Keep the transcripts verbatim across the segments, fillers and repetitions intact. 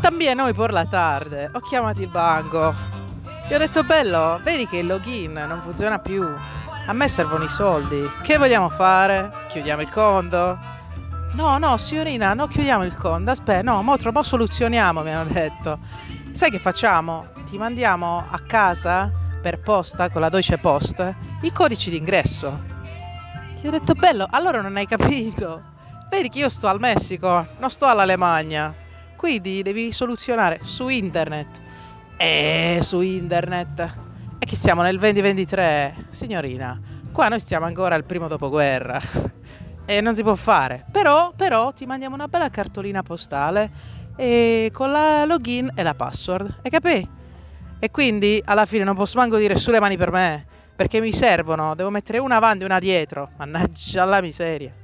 También noi por la tarde ho chiamato il banco. Gli ho detto: bello, vedi che il login non funziona più. A me servono i soldi. Che vogliamo fare? Chiudiamo il conto? No, no, signorina, non chiudiamo il conto. Aspetta, no, mo, mo soluzioniamo, mi hanno detto. Sai che facciamo? Ti mandiamo a casa per posta, con la Deutsche Post, i codici d'ingresso. Gli ho detto: bello, allora non hai capito. Vedi che io sto al Messico, non sto all'Alemagna. Quindi devi soluzionare su internet. E su internet. E che siamo nel duemilaventitré, signorina. Qua noi stiamo ancora al primo dopoguerra. E non si può fare. Però, però ti mandiamo una bella cartolina postale e con la login e la password. Hai capito? E quindi alla fine non posso manco dire: sulle mani per me, perché mi servono. Devo mettere una avanti e una dietro. Mannaggia la miseria.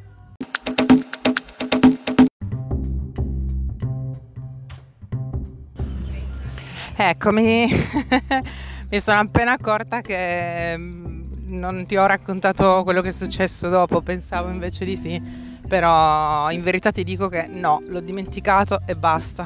Eccomi, mi sono appena accorta che non ti ho raccontato quello che è successo dopo, pensavo invece di sì, però in verità ti dico che no, l'ho dimenticato e basta.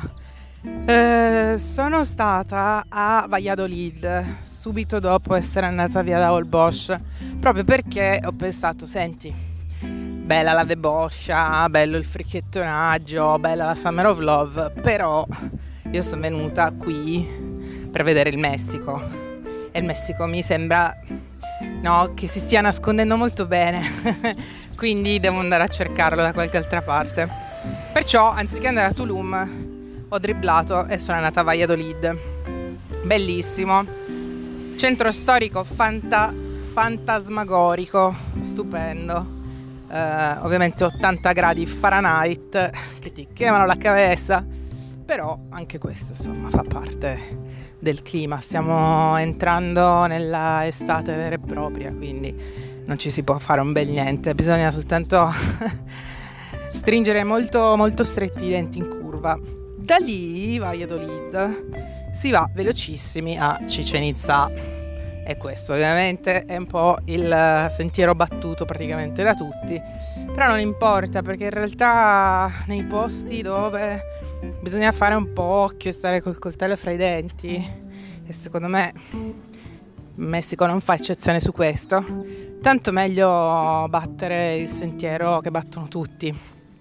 Eh, sono stata a Valladolid subito dopo essere andata via da Holbox, proprio perché ho pensato: senti, bella la deboscia, bello il frichettonaggio, bella la Summer of Love, però io sono venuta qui per vedere il Messico e il Messico mi sembra, no, che si stia nascondendo molto bene, quindi devo andare a cercarlo da qualche altra parte. Perciò, anziché andare a Tulum, ho dribblato e sono andata a Valladolid. Bellissimo, centro storico fanta- fantasmagorico, stupendo. Uh, ovviamente ottanta gradi Fahrenheit che ti quemano la cabeza. Però anche questo insomma fa parte del clima, stiamo entrando nella estate vera e propria, quindi non ci si può fare un bel niente, bisogna soltanto stringere molto molto stretti i denti in curva. Da lì, Valladolid, si va velocissimi a Chichén Itzá e questo ovviamente è un po' il sentiero battuto praticamente da tutti, però non importa, perché in realtà nei posti dove bisogna fare un po' occhio e stare col coltello fra i denti, e secondo me il Messico non fa eccezione su questo, tanto meglio battere il sentiero che battono tutti.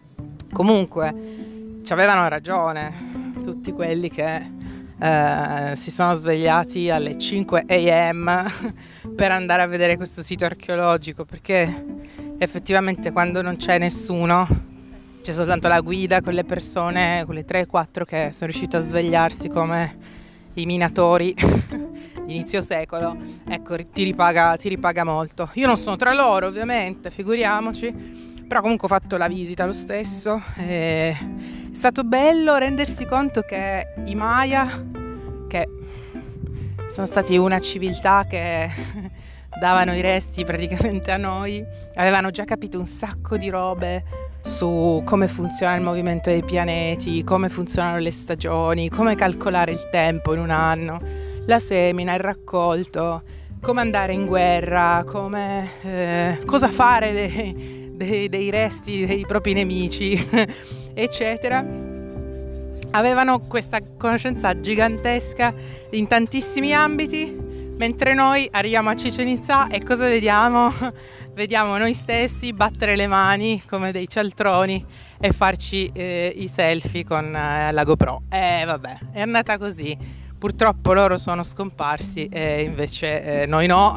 Comunque ci avevano ragione tutti quelli che eh, si sono svegliati alle cinque a m per andare a vedere questo sito archeologico, perché effettivamente quando non c'è nessuno, c'è soltanto la guida con le persone, quelle tre quattro che sono riuscite a svegliarsi come i minatori di inizio secolo, ecco, ti ripaga, ti ripaga molto. Io non sono tra loro ovviamente, figuriamoci, però comunque ho fatto la visita lo stesso e è stato bello rendersi conto che i Maya, che sono stati una civiltà che davano i resti praticamente a noi, avevano già capito un sacco di robe su come funziona il movimento dei pianeti, come funzionano le stagioni, come calcolare il tempo in un anno, la semina, il raccolto, come andare in guerra, come, eh, cosa fare dei, dei, dei resti dei propri nemici, eccetera. Avevano questa conoscenza gigantesca in tantissimi ambiti, mentre noi arriviamo a Chichén Itzá e cosa vediamo? Vediamo noi stessi battere le mani come dei cialtroni e farci eh, i selfie con eh, la GoPro. E eh, vabbè, è andata così. Purtroppo loro sono scomparsi e invece eh, noi no.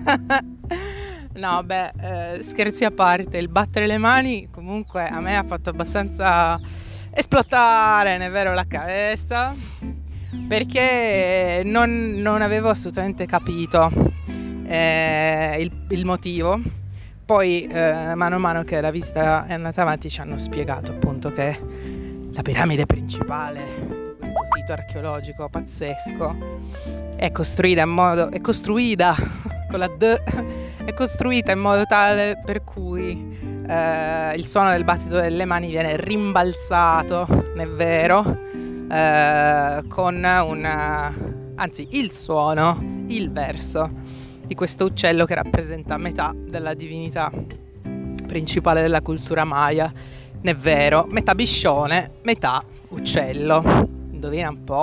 No, beh, eh, scherzi a parte, il battere le mani comunque a me ha fatto abbastanza esplotare, ne è vero, la cabeza, perché non, non avevo assolutamente capito eh, il, il motivo. Poi eh, mano a mano che la visita è andata avanti ci hanno spiegato appunto che la piramide principale di questo sito archeologico pazzesco è costruita in modo è costruita con la D è costruita in modo tale per cui eh, il suono del battito delle mani viene rimbalzato, non è vero, eh, con una anzi il suono, il verso di questo uccello che rappresenta metà della divinità principale della cultura maya, ne è vero, metà biscione, metà uccello. indovina un po'.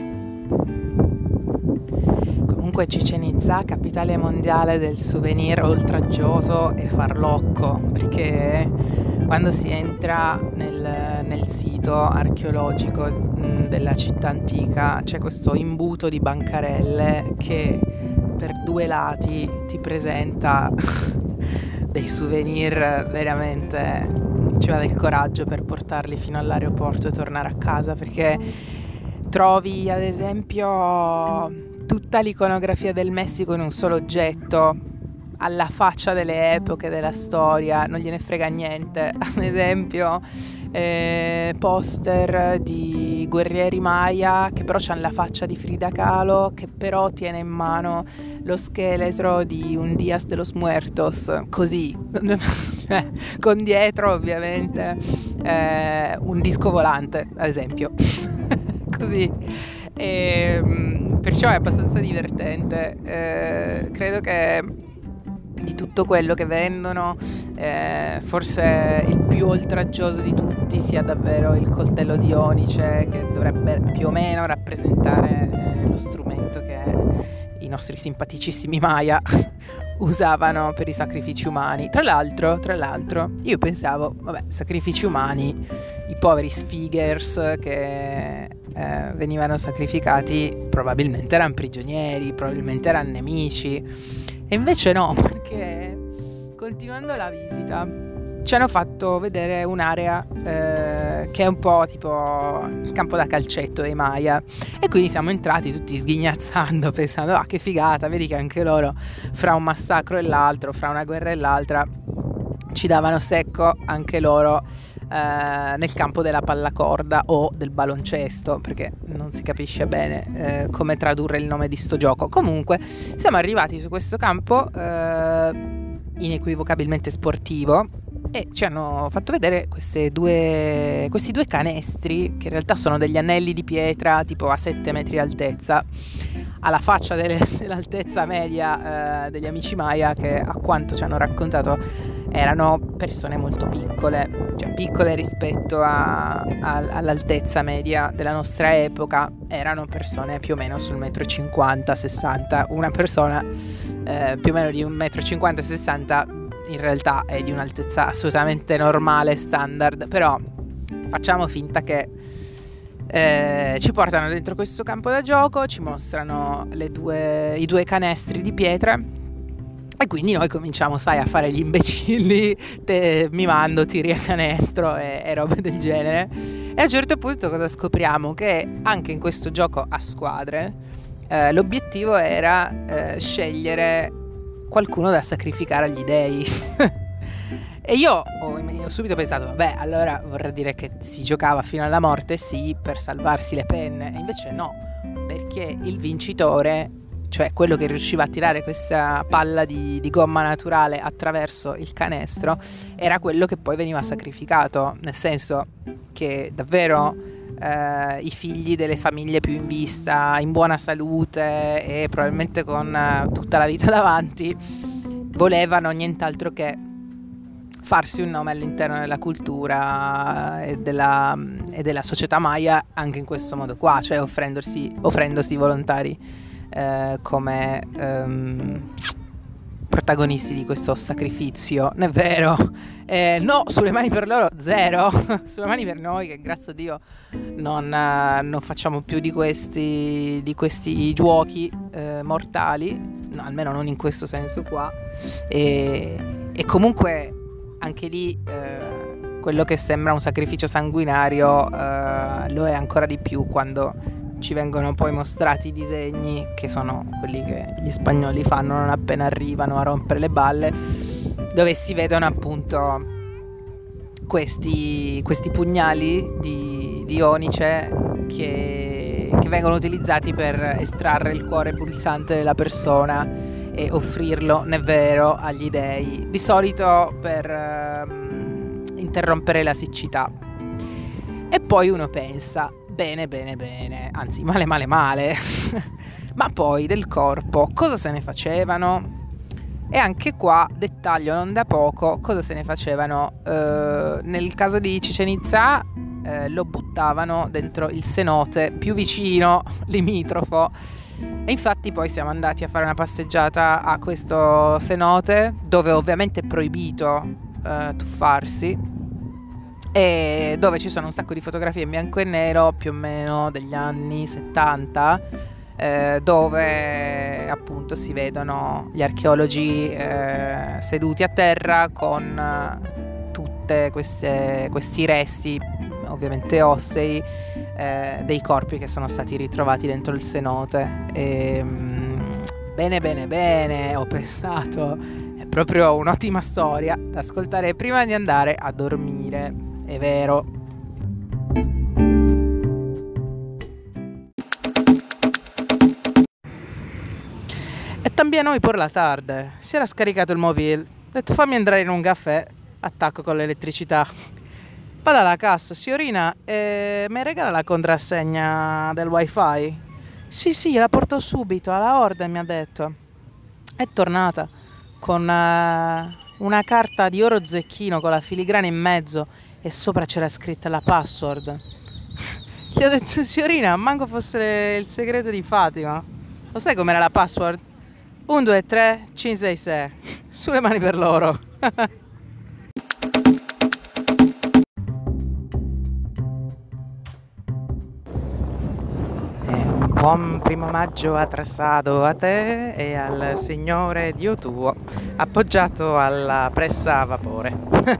Comunque Chichén Itzá, capitale mondiale del souvenir oltraggioso e farlocco, perché quando si entra nel, nel sito archeologico mh, della città antica c'è questo imbuto di bancarelle che per due lati ti presenta dei souvenir, veramente ci va del coraggio per portarli fino all'aeroporto e tornare a casa, perché trovi ad esempio tutta l'iconografia del Messico in un solo oggetto, alla faccia delle epoche della storia, non gliene frega niente. Ad esempio eh, poster di guerrieri Maya che però hanno la faccia di Frida Kahlo, che però tiene in mano lo scheletro di un Días de los Muertos, così, cioè, con dietro ovviamente eh, un disco volante, ad esempio. Così. E, perciò è abbastanza divertente. Eh, credo che di tutto quello che vendono eh, forse il più oltraggioso di tutti sia davvero il coltello di onice, che dovrebbe più o meno rappresentare eh, lo strumento che i nostri simpaticissimi Maya usavano per i sacrifici umani. Tra l'altro, tra l'altro, io pensavo, vabbè, sacrifici umani, i poveri sfigers che eh, venivano sacrificati probabilmente erano prigionieri, probabilmente erano nemici, e invece no, perché continuando la visita ci hanno fatto vedere un'area eh, che è un po' tipo il campo da calcetto dei Maya, e quindi siamo entrati tutti sghignazzando, pensando ah che figata, vedi che anche loro fra un massacro e l'altro, fra una guerra e l'altra, ci davano secco anche loro eh, nel campo della pallacorda o del baloncesto, perché non si capisce bene eh, come tradurre il nome di sto gioco. Comunque siamo arrivati su questo campo eh, inequivocabilmente sportivo, e ci hanno fatto vedere queste due, questi due canestri che in realtà sono degli anelli di pietra tipo a sette metri di altezza, alla faccia delle, dell'altezza media eh, degli amici Maya, che a quanto ci hanno raccontato erano persone molto piccole, cioè piccole rispetto a, a, all'altezza media della nostra epoca. Erano persone più o meno sul metro e cinquanta sessanta, una persona eh, più o meno di un metro e cinquanta sessanta in realtà è di un'altezza assolutamente normale, standard, però facciamo finta che eh, ci portano dentro questo campo da gioco, ci mostrano le due, i due canestri di pietra, e quindi noi cominciamo, sai, a fare gli imbecilli, te, mi mando, tiri a canestro e, e robe del genere. E a un certo punto cosa scopriamo? Che anche in questo gioco a squadre eh, l'obiettivo era eh, scegliere qualcuno da sacrificare agli dei. E io ho, ho subito pensato, vabbè, allora vorrà dire che si giocava fino alla morte, sì, per salvarsi le penne. E invece no, perché il vincitore, cioè quello che riusciva a tirare questa palla di, di gomma naturale attraverso il canestro, era quello che poi veniva sacrificato. Nel senso che davvero eh, i figli delle famiglie più in vista, in buona salute e probabilmente con eh, tutta la vita davanti, volevano nient'altro che farsi un nome all'interno della cultura e della, e della società Maya, anche in questo modo qua, cioè offrendosi, offrendosi volontari eh, come ehm, protagonisti di questo sacrificio. Non è vero? Eh, no, sulle mani per loro zero, sulle mani per noi, che grazie a Dio non, eh, non facciamo più di questi, di questi giochi eh, mortali, no, almeno non in questo senso qua. E, e comunque anche lì eh, quello che sembra un sacrificio sanguinario eh, lo è ancora di più quando ci vengono poi mostrati i disegni, che sono quelli che gli spagnoli fanno non appena arrivano a rompere le balle, dove si vedono appunto questi, questi pugnali di, di onice che, che vengono utilizzati per estrarre il cuore pulsante della persona e offrirlo, nel vero, agli dei, di solito per eh, interrompere la siccità. E poi uno pensa, bene bene bene, anzi male male male, ma poi del corpo cosa se ne facevano? E anche qua, dettaglio non da poco, cosa se ne facevano? Eh, nel caso di Chichén Itzá eh, lo buttavano dentro il cenote più vicino, limitrofo. E infatti poi siamo andati a fare una passeggiata a questo cenote, dove ovviamente è proibito eh, tuffarsi, e dove ci sono un sacco di fotografie in bianco e nero più o meno degli anni settanta, eh, dove appunto si vedono gli archeologi eh, seduti a terra con eh, tutte queste, questi resti, ovviamente ossei, eh, dei corpi che sono stati ritrovati dentro il cenote. E, mh, bene bene bene, ho pensato, è proprio un'ottima storia da ascoltare prima di andare a dormire. È vero. E también hoy por la tarde si era scaricato il mobile. Ho detto fammi entrare in un caffè, attacco con l'elettricità. Vado alla cassa, signorina, e mi regala la contrassegna del wifi? Sì, sì, la porto subito, alla orden mi ha detto. È tornata con uh, una carta di oro zecchino con la filigrana in mezzo e sopra c'era scritta la password. Gli ho detto, signorina, manco fosse il segreto di Fatima. Lo sai com'era la password? uno, due, tre, cinque, sei, sei. Sulle mani per loro. Buon primo maggio attrasato a te e al Signore Dio tuo, appoggiato alla pressa a vapore.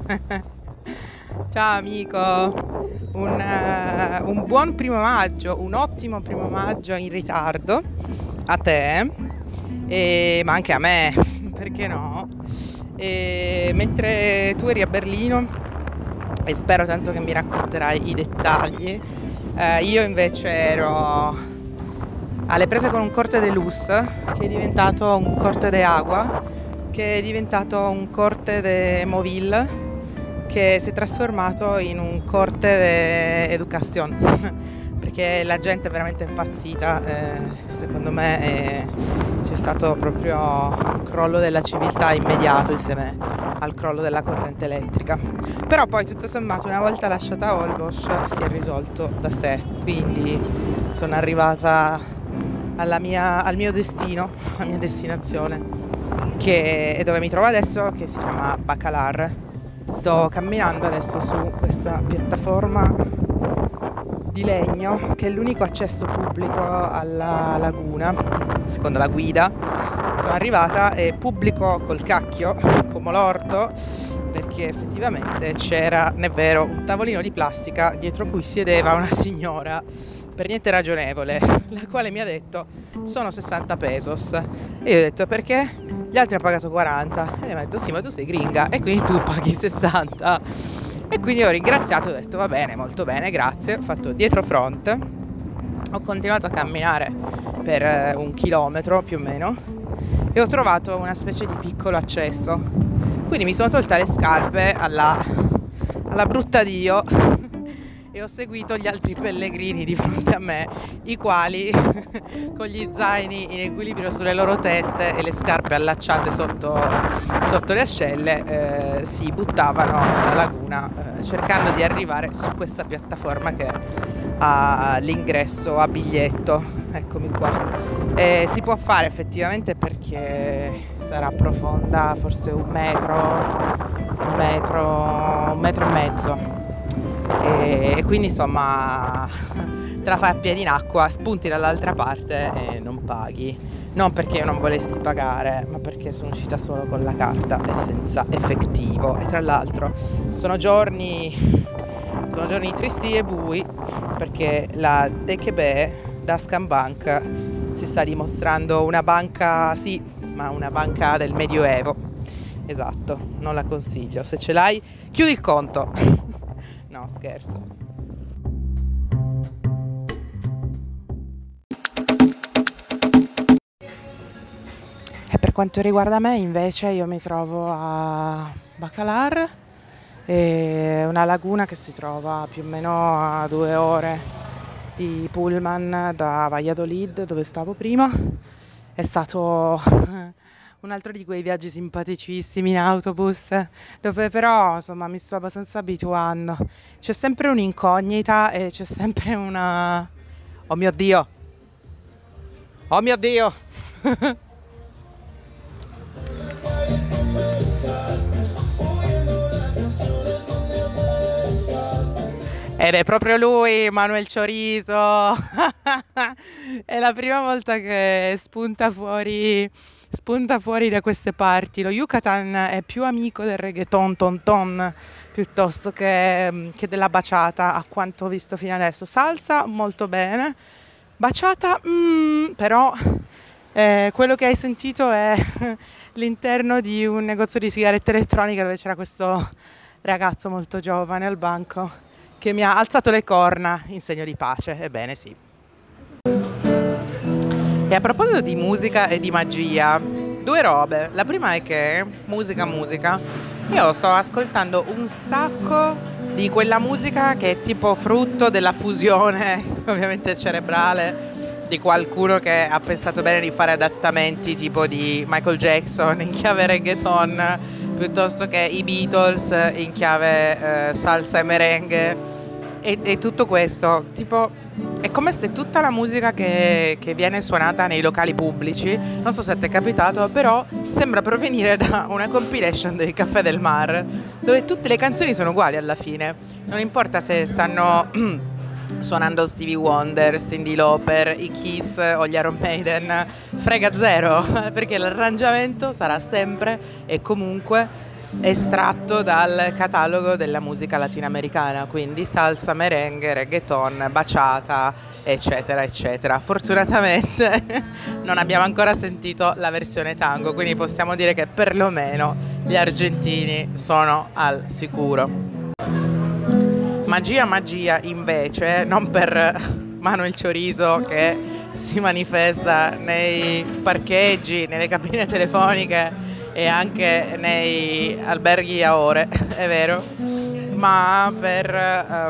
Ciao amico, un, uh, un buon primo maggio, un ottimo primo maggio in ritardo a te, e, ma anche a me, perché no? E, mentre tu eri a Berlino, e spero tanto che mi racconterai i dettagli, eh, io invece ero alle prese con un corte de luz, che è diventato un corte de agua, che è diventato un corte de movil, che si è trasformato in un corte de educación, perché la gente è veramente impazzita, eh, secondo me è, c'è stato proprio un crollo della civiltà immediato insieme al crollo della corrente elettrica. Però poi tutto sommato, una volta lasciata Olbosch, si è risolto da sé, quindi sono arrivata alla mia, al mio destino, alla mia destinazione, che è dove mi trovo adesso, che si chiama Bacalar. Sto camminando adesso su questa piattaforma di legno che è l'unico accesso pubblico alla laguna, secondo la guida. Sono arrivata e pubblico col cacchio, come l'orto, perché effettivamente c'era, è vero, un tavolino di plastica dietro cui siedeva una signora per niente ragionevole, la quale mi ha detto sono sessanta pesos, e io ho detto perché? Gli altri hanno pagato quaranta, e lei mi ha detto sì, ma tu sei gringa e quindi tu paghi sessanta, e quindi ho ringraziato e ho detto va bene, molto bene, grazie. Ho fatto dietro front, ho continuato a camminare per un chilometro più o meno e ho trovato una specie di piccolo accesso, quindi mi sono tolta le scarpe alla, alla brutta Dio e ho seguito gli altri pellegrini di fronte a me, i quali con gli zaini in equilibrio sulle loro teste e le scarpe allacciate sotto, sotto le ascelle, eh, si buttavano nella laguna, eh, cercando di arrivare su questa piattaforma che ha l'ingresso a biglietto. Eccomi qua. Eh, si può fare effettivamente perché sarà profonda forse un metro, un metro, un metro e mezzo. E quindi insomma te la fai a piedi in acqua, spunti dall'altra parte e non paghi, non perché io non volessi pagare, ma perché sono uscita solo con la carta e senza effettivo. E tra l'altro sono giorni sono giorni tristi e bui, perché la D K B, Daskan Bank, si sta dimostrando una banca, sì, ma una banca del Medioevo. Esatto, non la consiglio. Se ce l'hai, chiudi il conto. No, scherzo. E per quanto riguarda me, invece, io mi trovo a Bacalar, è una laguna che si trova più o meno a due ore di pullman da Valladolid, dove stavo prima. È stato un altro di quei viaggi simpaticissimi in autobus, dove però insomma mi sto abbastanza abituando. C'è sempre un'incognita e c'è sempre una... Oh mio Dio! Oh mio Dio! Ed è proprio lui, Manuel Chorizo. È la prima volta che spunta fuori, spunta fuori da queste parti. Lo Yucatan è più amico del reggaeton ton ton piuttosto che, che della baciata, a quanto ho visto fino adesso. Salsa molto bene, baciata mm, però eh, quello che hai sentito è l'interno di un negozio di sigarette elettroniche dove c'era questo ragazzo molto giovane al banco che mi ha alzato le corna in segno di pace. Ebbene sì. E a proposito di musica e di magia, due robe. La prima è che, musica musica, io sto ascoltando un sacco di quella musica che è tipo frutto della fusione, ovviamente cerebrale, di qualcuno che ha pensato bene di fare adattamenti tipo di Michael Jackson in chiave reggaeton, piuttosto che i Beatles in chiave eh, salsa e merengue. E, e tutto questo, tipo, è come se tutta la musica che, che viene suonata nei locali pubblici, non so se ti è capitato, però sembra provenire da una compilation del Caffè del Mar, dove tutte le canzoni sono uguali alla fine. Non importa se stanno suonando Stevie Wonder, Cyndi Lauper, i Kiss o gli Iron Maiden, frega zero, perché l'arrangiamento sarà sempre e comunque estratto dal catalogo della musica latinoamericana, quindi salsa, merengue, reggaeton, baciata, eccetera eccetera. Fortunatamente non abbiamo ancora sentito la versione tango, quindi possiamo dire che perlomeno gli argentini sono al sicuro. Magia magia invece, non per Manuel Chorizo che si manifesta nei parcheggi, nelle cabine telefoniche e anche nei alberghi a ore, è vero, ma per,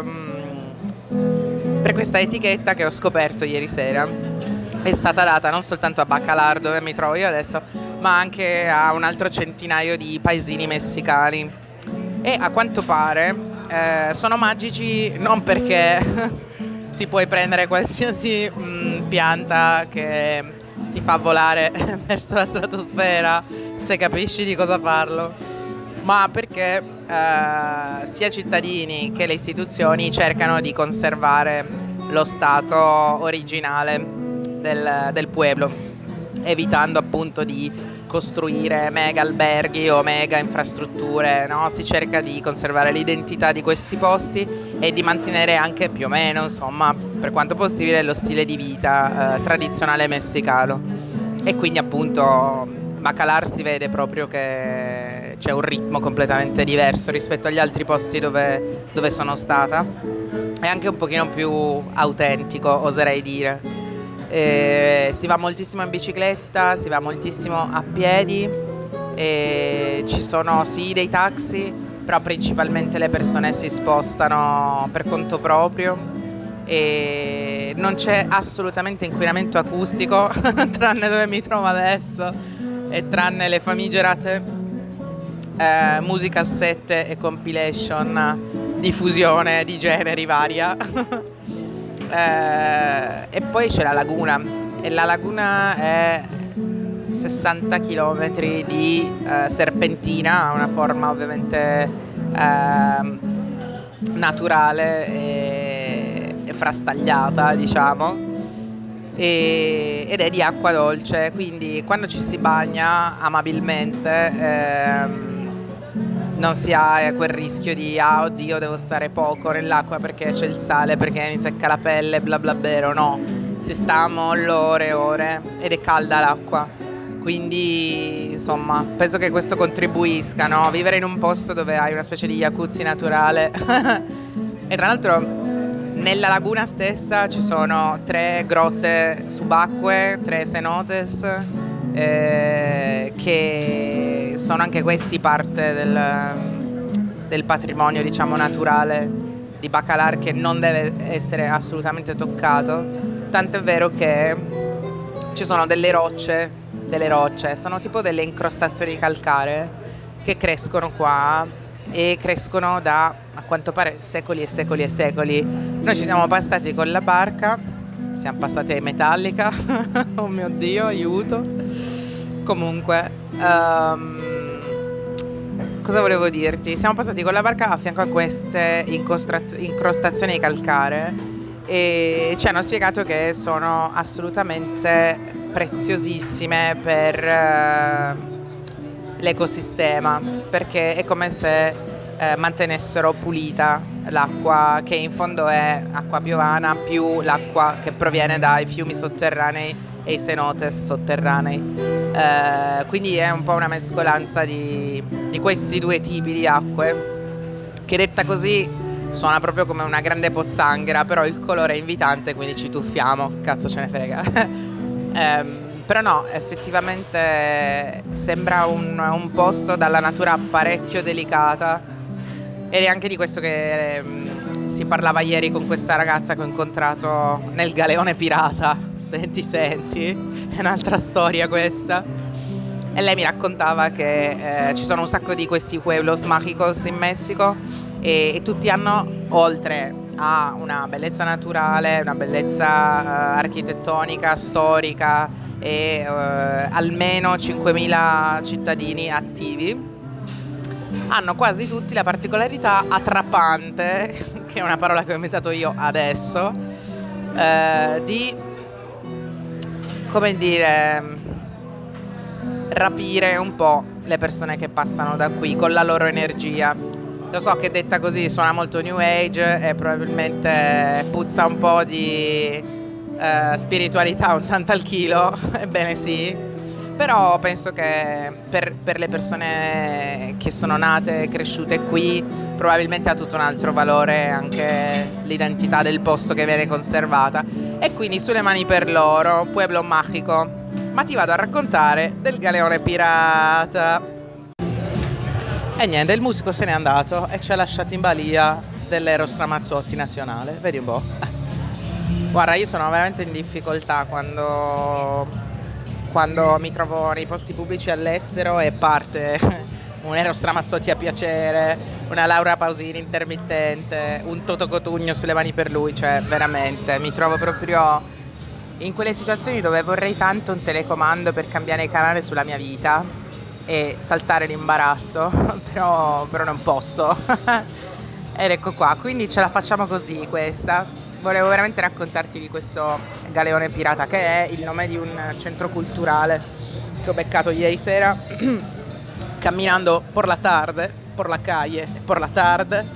um, per questa etichetta che ho scoperto ieri sera. È stata data non soltanto a Bacalar, dove mi trovo io adesso, ma anche a un altro centinaio di paesini messicani. E a quanto pare eh, sono magici non perché ti puoi prendere qualsiasi mh, pianta che ti fa volare verso la stratosfera, se capisci di cosa parlo, ma perché eh, sia cittadini che le istituzioni cercano di conservare lo stato originale del, del pueblo, evitando appunto di costruire mega alberghi o mega infrastrutture, no? Si cerca di conservare l'identità di questi posti e di mantenere anche più o meno, insomma, per quanto possibile, lo stile di vita eh, tradizionale messicano. E quindi appunto Bacalar si vede proprio che c'è un ritmo completamente diverso rispetto agli altri posti dove, dove sono stata. È anche un pochino più autentico, oserei dire. E si va moltissimo in bicicletta, si va moltissimo a piedi, e ci sono sì dei taxi, però principalmente le persone si spostano per conto proprio e non c'è assolutamente inquinamento acustico tranne dove mi trovo adesso e tranne le famigerate eh, musicassette e compilation di fusione di generi varia. Eh, e poi c'è la laguna e la laguna è sessanta chilometri di eh, serpentina, ha una forma ovviamente eh, naturale e, e frastagliata, diciamo, e, ed è di acqua dolce, quindi quando ci si bagna amabilmente eh, non si ha quel rischio di ah oddio devo stare poco nell'acqua perché c'è il sale, perché mi secca la pelle, bla bla bla. No, si sta a mollo ore e ore ed è calda l'acqua, quindi insomma penso che questo contribuisca, no? Vivere in un posto dove hai una specie di jacuzzi naturale. E tra l'altro nella laguna stessa ci sono tre grotte subacquee, tre cenotes eh, che sono anche questi parte del, del patrimonio, diciamo, naturale di Bacalar, che non deve essere assolutamente toccato, tant'è vero che ci sono delle rocce delle rocce, sono tipo delle incrostazioni calcaree che crescono qua e crescono da, a quanto pare, secoli e secoli e secoli. Noi ci siamo passati con la barca, siamo passati ai Metallica, oh mio Dio, aiuto. Comunque, um, cosa volevo dirti? Siamo passati con la barca a fianco a queste incostraz- incrostazioni calcaree e ci hanno spiegato che sono assolutamente preziosissime per eh, l'ecosistema, perché è come se eh, mantenessero pulita l'acqua, che in fondo è acqua piovana più l'acqua che proviene dai fiumi sotterranei e i cenotes sotterranei. Eh, quindi è un po' una mescolanza di, di questi due tipi di acque, che detta così suona proprio come una grande pozzanghera, però il colore è invitante, quindi ci tuffiamo, cazzo ce ne frega. eh, però no, effettivamente sembra un, un posto dalla natura parecchio delicata, ed è anche di questo che ehm, si parlava ieri con questa ragazza che ho incontrato nel galeone pirata. Senti, senti, è un'altra storia questa. E lei mi raccontava che eh, ci sono un sacco di questi pueblos mágicos in Messico e, e tutti hanno, oltre a una bellezza naturale, una bellezza eh, architettonica, storica e eh, almeno cinquemila cittadini attivi, hanno quasi tutti la particolarità attrappante, che è una parola che ho inventato io adesso, eh, di, come dire, rapire un po' le persone che passano da qui con la loro energia. Lo so che detta così suona molto new age e probabilmente puzza un po' di eh, spiritualità un tanto al chilo, ebbene sì, però penso che per, per le persone che sono nate e cresciute qui probabilmente ha tutto un altro valore anche l'identità del posto che viene conservata, e quindi sulle mani per loro, Pueblo Mágico. Ma ti vado a raccontare del galeone pirata. E niente, il musico se n'è andato e ci ha lasciato in balia dell'Eros Ramazzotti nazionale. Vedi un po'. Guarda, io sono veramente in difficoltà quando, quando mi trovo nei posti pubblici all'estero e parte un Eros Ramazzotti a piacere, una Laura Pausini intermittente, un Toto Cotugno sulle mani per lui. Cioè, veramente, mi trovo proprio in quelle situazioni dove vorrei tanto un telecomando per cambiare canale sulla mia vita e saltare l'imbarazzo, però, però non posso. Ed ecco qua, quindi ce la facciamo così questa. Volevo veramente raccontarti di questo galeone pirata, che è il nome di un centro culturale che ho beccato ieri sera camminando por la tarde, por la calle, por la tarde.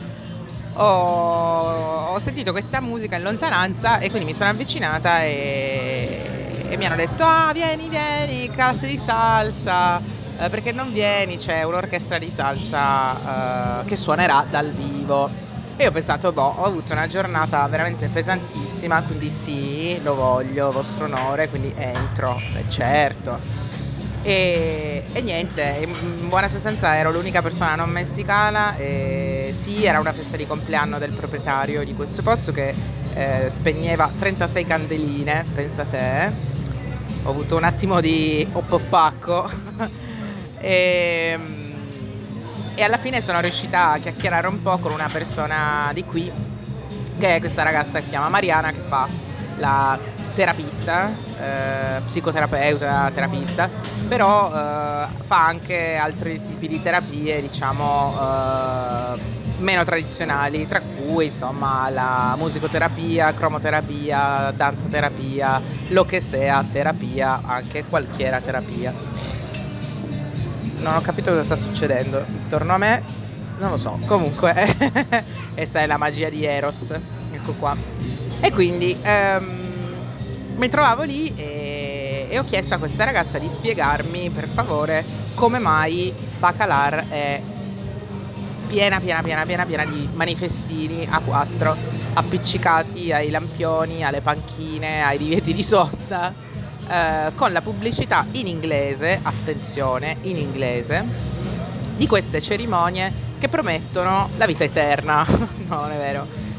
Ho, ho sentito questa musica in lontananza e quindi mi sono avvicinata e, e mi hanno detto: ah, vieni, vieni, classe di salsa. Eh, perché non vieni, c'è un'orchestra di salsa eh, che suonerà dal vivo. E io ho pensato, boh, ho avuto una giornata veramente pesantissima, quindi sì, lo voglio, vostro onore, quindi entro, beh, certo. E, e niente, in buona sostanza ero l'unica persona non messicana e sì, era una festa di compleanno del proprietario di questo posto che eh, spegneva trentasei candeline, pensa te. Ho avuto un attimo di oppopacco. E, e alla fine sono riuscita a chiacchierare un po' con una persona di qui, che è questa ragazza che si chiama Mariana, che fa la terapista, eh, psicoterapeuta, terapista, però eh, fa anche altri tipi di terapie, diciamo, eh, meno tradizionali, tra cui insomma la musicoterapia, cromoterapia, danzaterapia, lo che sia terapia, anche qualchiera terapia. Non ho capito cosa sta succedendo intorno a me, non lo so, comunque questa è la magia di Eros, ecco qua. E quindi ehm, mi trovavo lì e, e ho chiesto a questa ragazza di spiegarmi per favore come mai Bacalar è piena piena piena piena piena di manifestini a quattro appiccicati ai lampioni, alle panchine, ai divieti di sosta, eh, con la pubblicità in inglese, attenzione, in inglese, di queste cerimonie che promettono la vita eterna. No, non è vero.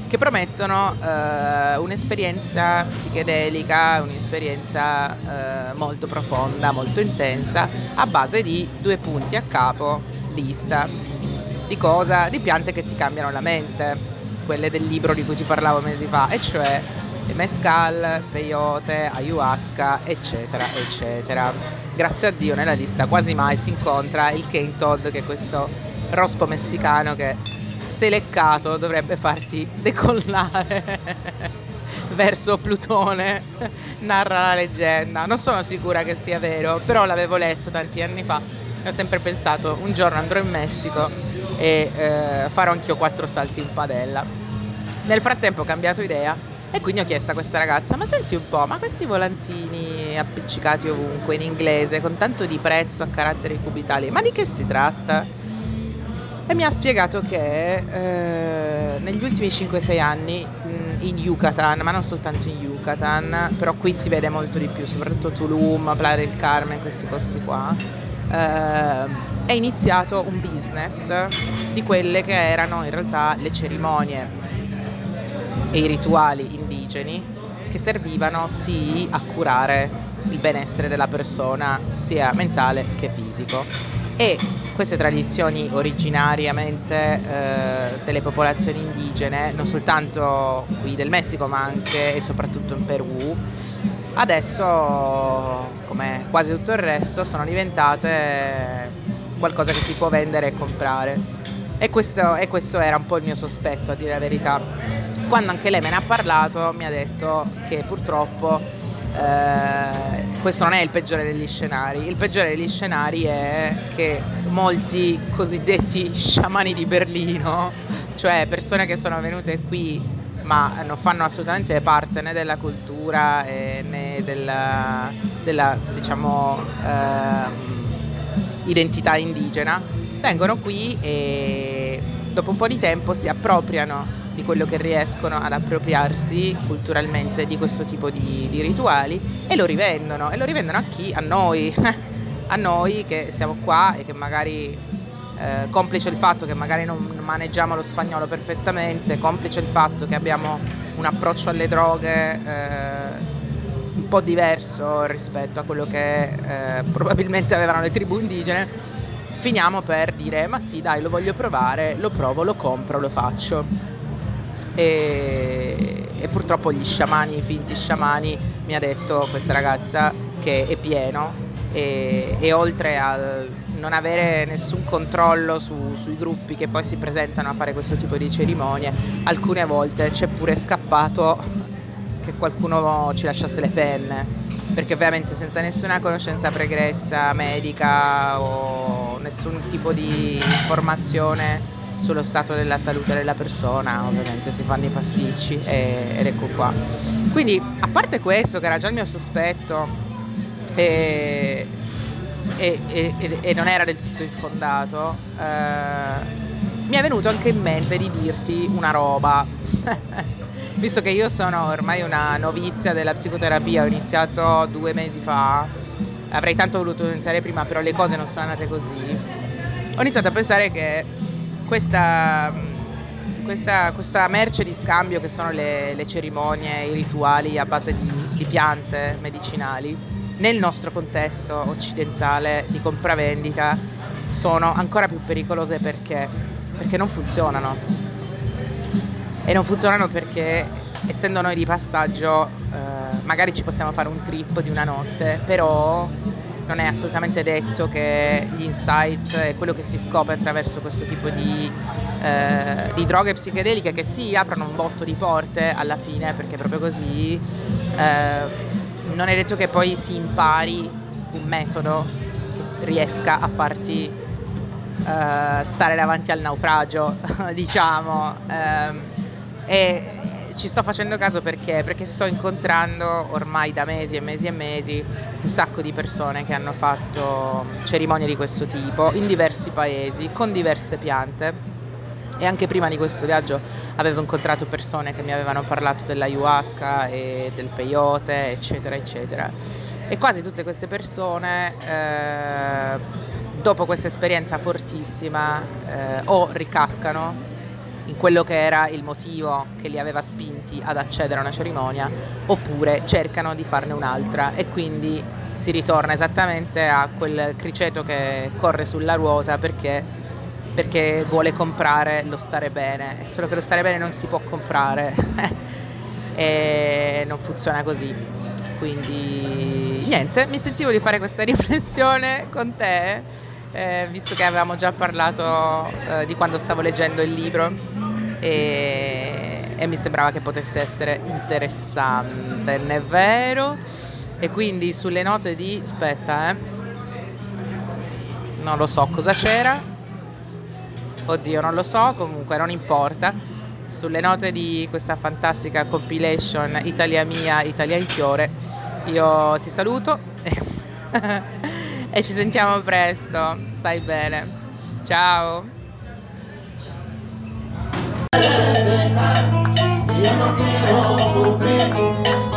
che promettono eh, un'esperienza psichedelica, un'esperienza eh, molto profonda, molto intensa, a base di due punti a capo, lista di cosa? Di piante che ti cambiano la mente, quelle del libro di cui ti parlavo mesi fa, e cioè mescal, peyote, ayahuasca, eccetera, eccetera. Grazie a Dio nella lista quasi mai si incontra il cane toad, che è questo rospo messicano che, se leccato, dovrebbe farti decollare verso Plutone, narra la leggenda. Non sono sicura che sia vero, però l'avevo letto tanti anni fa e ho sempre pensato un giorno andrò in Messico e eh, farò anch'io quattro salti in padella. Nel frattempo ho cambiato idea e quindi ho chiesto a questa ragazza: ma senti un po', ma questi volantini appiccicati ovunque in inglese con tanto di prezzo a caratteri cubitali, ma di che si tratta? E mi ha spiegato che eh, negli ultimi cinque sei anni mh, in Yucatan, ma non soltanto in Yucatan, però qui si vede molto di più, soprattutto Tulum, Playa del Carmen, questi posti qua, eh, è iniziato un business di quelle che erano in realtà le cerimonie e i rituali indigeni che servivano sì a curare il benessere della persona, sia mentale che fisico. E queste tradizioni originariamente eh, delle popolazioni indigene, non soltanto qui del Messico ma anche e soprattutto in Perù, adesso, come quasi tutto il resto, sono diventate qualcosa che si può vendere e comprare. E questo, e questo era un po' il mio sospetto, a dire la verità. Quando anche lei me ne ha parlato, mi ha detto che purtroppo Eh, questo non è il peggiore degli scenari. Il peggiore degli scenari è che molti cosiddetti sciamani di Berlino, cioè persone che sono venute qui ma non fanno assolutamente parte né della cultura eh, né della, della diciamo eh, identità indigena, vengono qui e dopo un po' di tempo si appropriano di quello che riescono ad appropriarsi culturalmente di questo tipo di, di rituali e lo rivendono. E lo rivendono a chi? A noi, a noi che siamo qua e che magari, eh, complice il fatto che magari non maneggiamo lo spagnolo perfettamente, complice il fatto che abbiamo un approccio alle droghe eh, un po' diverso rispetto a quello che eh, probabilmente avevano le tribù indigene, finiamo per dire: ma sì, dai, lo voglio provare, lo provo, lo compro, lo faccio. E, e purtroppo gli sciamani, i finti sciamani, mi ha detto questa ragazza, che è pieno e, e oltre a non avere nessun controllo su, sui gruppi che poi si presentano a fare questo tipo di cerimonie, alcune volte c'è pure scappato che qualcuno ci lasciasse le penne, perché ovviamente senza nessuna conoscenza pregressa medica o nessun tipo di informazione sullo stato della salute della persona, ovviamente si fanno i pasticci e, ed ecco qua. Quindi, a parte questo, che era già il mio sospetto e, e, e, e non era del tutto infondato, eh, mi è venuto anche in mente di dirti una roba. Visto che io sono ormai una novizia della psicoterapia, ho iniziato due mesi fa, avrei tanto voluto iniziare prima, però le cose non sono andate così. Ho iniziato a pensare che Questa, questa, questa merce di scambio che sono le, le cerimonie, i rituali a base di, di piante medicinali, nel nostro contesto occidentale di compravendita sono ancora più pericolose perché, perché non funzionano. E non funzionano perché, essendo noi di passaggio, eh, magari ci possiamo fare un trip di una notte, però non è assolutamente detto che gli insights e quello che si scopre attraverso questo tipo di, eh, di droghe psichedeliche, che si aprono un botto di porte alla fine, perché proprio così, eh, non è detto che poi si impari un metodo che riesca a farti eh, stare davanti al naufragio, diciamo. Eh, e ci sto facendo caso perché? Perché sto incontrando ormai da mesi e mesi e mesi un sacco di persone che hanno fatto cerimonie di questo tipo in diversi paesi, con diverse piante. E anche prima di questo viaggio avevo incontrato persone che mi avevano parlato dell'ayahuasca e del peyote, eccetera, eccetera. E quasi tutte queste persone, eh, dopo questa esperienza fortissima, eh, o ricascano in quello che era il motivo che li aveva spinti ad accedere a una cerimonia, oppure cercano di farne un'altra e quindi si ritorna esattamente a quel criceto che corre sulla ruota perché, perché vuole comprare lo stare bene, solo che lo stare bene non si può comprare e non funziona così. Quindi niente, mi sentivo di fare questa riflessione con te. Eh, visto che avevamo già parlato eh, di quando stavo leggendo il libro e, e mi sembrava che potesse essere interessante, non è vero? E quindi sulle note di... aspetta, eh. Non lo so cosa c'era. Oddio, non lo so, comunque non importa. Sulle note di questa fantastica compilation Italia mia, Italia in fiore, io ti saluto e ci sentiamo presto. Stai bene. Ciao. Yo no quiero sufrir.